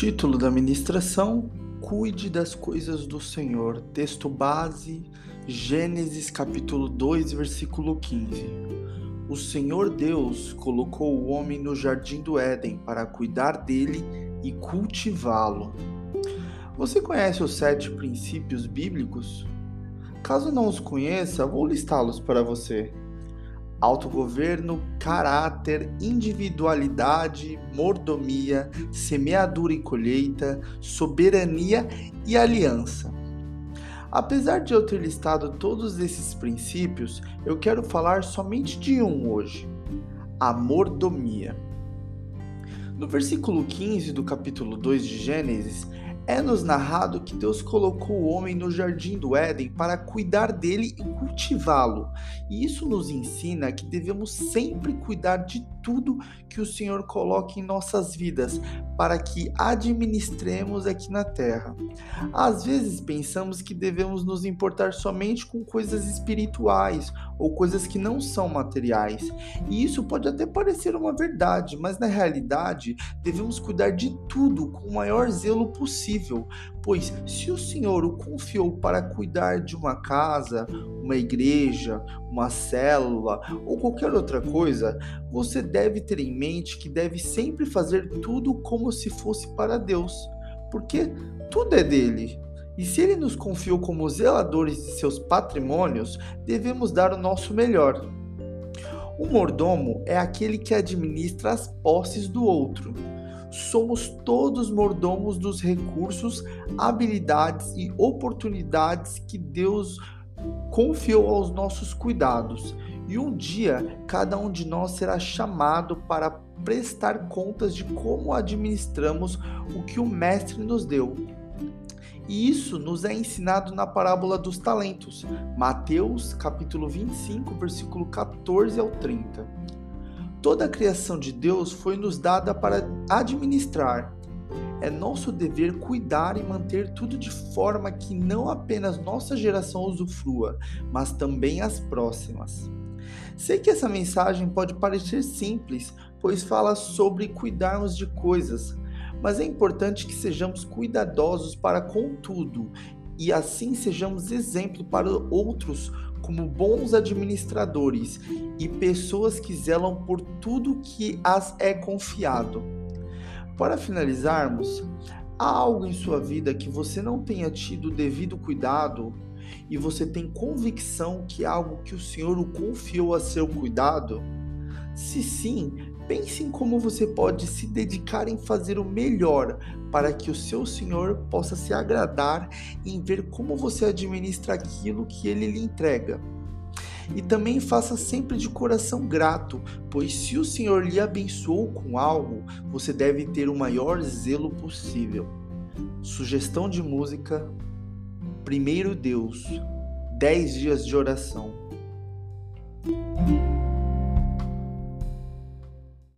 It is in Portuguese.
Título da ministração: Cuide das coisas do Senhor. Texto base: Gênesis capítulo 2, versículo 15. O Senhor Deus colocou o homem no jardim do Éden para cuidar dele e cultivá-lo. Você conhece os 7 princípios bíblicos? Caso não os conheça, vou listá-los para você: autogoverno, caráter, individualidade, mordomia, semeadura e colheita, soberania e aliança. Apesar de eu ter listado todos esses princípios, eu quero falar somente de um hoje: a mordomia. No versículo 15 do capítulo 2 de Gênesis, é-nos narrado que Deus colocou o homem no jardim do Éden para cuidar dele e cultivá-lo. E isso nos ensina que devemos sempre cuidar de tudo que o Senhor coloca em nossas vidas, para que administremos aqui na terra. Às vezes pensamos que devemos nos importar somente com coisas espirituais ou coisas que não são materiais. E isso pode até parecer uma verdade, mas na realidade devemos cuidar de tudo com o maior zelo possível, pois se o Senhor o confiou para cuidar de uma casa, uma igreja, uma célula ou qualquer outra coisa, você deve ter em mente que deve sempre fazer tudo como se fosse para Deus, porque tudo é dele. E se ele nos confiou como zeladores de seus patrimônios, devemos dar o nosso melhor. O mordomo é aquele que administra as posses do outro. Somos todos mordomos dos recursos, habilidades e oportunidades que Deus confiou aos nossos cuidados. E um dia, cada um de nós será chamado para prestar contas de como administramos o que o Mestre nos deu. E isso nos é ensinado na parábola dos talentos, Mateus capítulo 25, versículo 14 ao 30. Toda a criação de Deus foi nos dada para administrar. É nosso dever cuidar e manter tudo de forma que não apenas nossa geração usufrua, mas também as próximas. Sei que essa mensagem pode parecer simples, pois fala sobre cuidarmos de coisas, mas é importante que sejamos cuidadosos para com tudo e assim sejamos exemplo para outros como bons administradores e pessoas que zelam por tudo que as é confiado. Para finalizarmos, há algo em sua vida que você não tenha tido o devido cuidado e você tem convicção que é algo que o Senhor o confiou a seu cuidado? Se sim, pense em como você pode se dedicar em fazer o melhor para que o seu Senhor possa se agradar em ver como você administra aquilo que Ele lhe entrega. E também faça sempre de coração grato, pois se o Senhor lhe abençoou com algo, você deve ter o maior zelo possível. Sugestão de música: Primeiro Deus, 10 dias de oração.